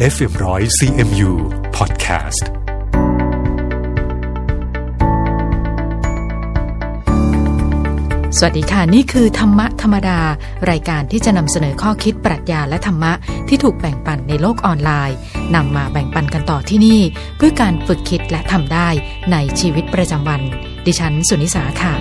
FM 100 CMU Podcast สวัสดีค่ะนี่คือธรรมะธรรมดารายการที่จะนำเสนอข้อคิดปรัชญาและธรรมะที่ถูกแบ่งปันในโลกออนไลน์นำมาแบ่งปันกันต่อที่นี่เพื่อการฝึกคิดและทำได้ในชีวิตประจำวันดิฉันสุนิสาค่ะ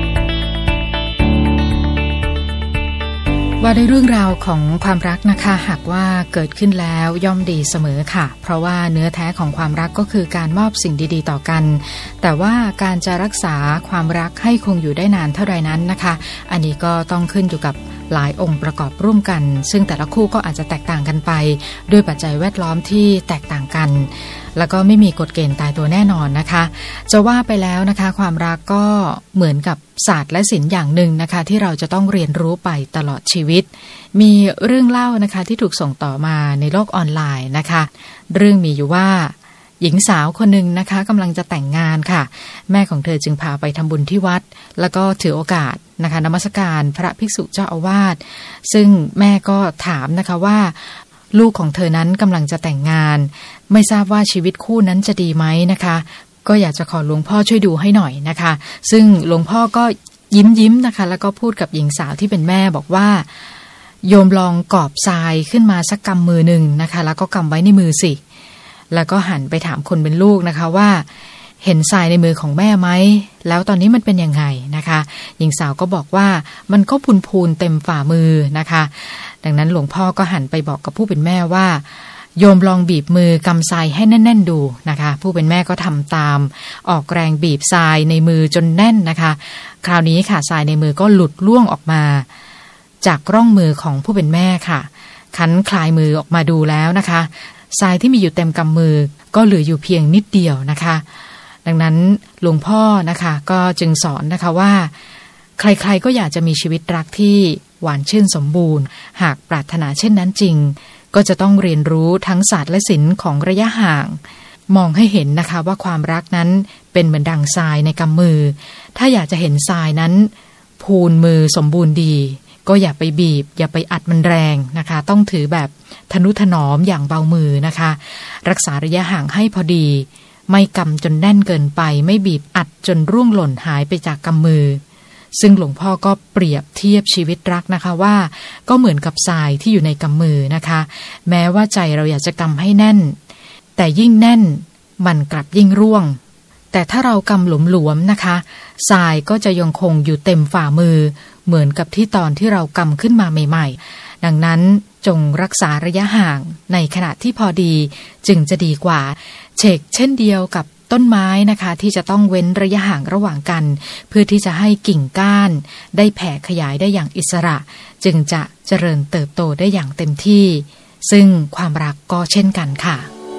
ว่าในเรื่องราวของความรักนะคะหากว่าเกิดขึ้นแล้วย่อมดีเสมอค่ะเพราะว่าเนื้อแท้ของความรักก็คือการมอบสิ่งดีๆต่อกันแต่ว่าการจะรักษาความรักให้คงอยู่ได้นานเท่าใดนั้นนะคะอันนี้ก็ต้องขึ้นอยู่กับหลายองค์ประกอบร่วมกันซึ่งแต่ละคู่ก็อาจจะแตกต่างกันไปด้วยปัจจัยแวดล้อมที่แตกต่างกันแล้วก็ไม่มีกฎเกณฑ์ตายตัวแน่นอนนะคะจะว่าไปแล้วนะคะความรักก็เหมือนกับศาสตร์และศิลป์อย่างหนึ่งนะคะที่เราจะต้องเรียนรู้ไปตลอดชีวิตมีเรื่องเล่านะคะที่ถูกส่งต่อมาในโลกออนไลน์นะคะเรื่องมีอยู่ว่าหญิงสาวคนหนึ่งนะคะกำลังจะแต่งงานค่ะแม่ของเธอจึงพาไปทำบุญที่วัดแล้วก็ถือโอกาสนะคะนมัสการพระภิกษุเจ้าอาวาสซึ่งแม่ก็ถามนะคะว่าลูกของเธอนั้นกำลังจะแต่งงานไม่ทราบว่าชีวิตคู่นั้นจะดีไหมนะคะก็อยากจะขอหลวงพ่อช่วยดูให้หน่อยนะคะซึ่งหลวงพ่อก็ยิ้มนะคะแล้วก็พูดกับหญิงสาวที่เป็นแม่บอกว่าโยมลองกอบทรายขึ้นมาสักกำมือหนึ่งนะคะแล้วก็กำไว้ในมือสิแล้วก็หันไปถามคนเป็นลูกนะคะว่าเห็นทรายในมือของแม่ไหมแล้วตอนนี้มันเป็นยังไงนะคะหญิงสาวก็บอกว่ามันก็พูนๆเต็มฝ่ามือนะคะดังนั้นหลวงพ่อก็หันไปบอกกับผู้เป็นแม่ว่าโยมลองบีบมือกำทรายให้แน่นๆดูนะคะผู้เป็นแม่ก็ทำตามออกแรงบีบทรายในมือจนแน่นนะคะคราวนี้ค่ะทรายในมือก็หลุดล่วงออกมาจากร่องมือของผู้เป็นแม่ค่ะขันคลายมือออกมาดูแล้วนะคะทรายที่มีอยู่เต็มกำมือก็เหลืออยู่เพียงนิดเดียวนะคะดังนั้นหลวงพ่อนะคะก็จึงสอนนะคะว่าใครๆก็อยากจะมีชีวิตรักที่หวานชื่นสมบูรณ์หากปรารถนาเช่นนั้นจริงก็จะต้องเรียนรู้ทั้งศาสตร์และศิลป์ของระยะห่างมองให้เห็นนะคะว่าความรักนั้นเป็นเหมือนดั่งทรายในกำมือถ้าอยากจะเห็นทรายนั้นพูนมือสมบูรณ์ดีก็อย่าไปบีบอย่าไปอัดมันแรงนะคะต้องถือแบบทนุถนอมอย่างเบามือนะคะรักษาระยะห่างให้พอดีไม่กำจนแน่นเกินไปไม่บีบอัดจนร่วงหล่นหายไปจากกำมือซึ่งหลวงพ่อก็เปรียบเทียบชีวิตรักนะคะว่าก็เหมือนกับทรายที่อยู่ในกำมือนะคะแม้ว่าใจเราอยากจะกำให้แน่นแต่ยิ่งแน่นมันกลับยิ่งร่วงแต่ถ้าเรากำหลวมๆนะคะทรายก็จะยังคงอยู่เต็มฝ่ามือเหมือนกับที่ตอนที่เรากำขึ้นมาใหม่ๆดังนั้นจงรักษาระยะห่างในขณะที่พอดีจึงจะดีกว่าเช่นเดียวกับต้นไม้นะคะที่จะต้องเว้นระยะห่างระหว่างกันเพื่อที่จะให้กิ่งก้านได้แผ่ขยายได้อย่างอิสระจึงจะเจริญเติบโตได้อย่างเต็มที่ซึ่งความรักก็เช่นกันค่ะ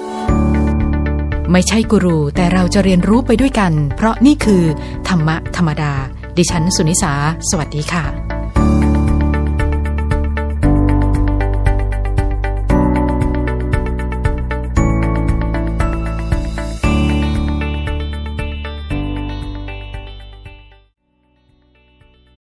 ไม่ใช่กูรูแต่เราจะเรียนรู้ไปด้วยกันเพราะนี่คือธรรมะธรรมดาดิฉันสุนิสาสวัสดีค่ะ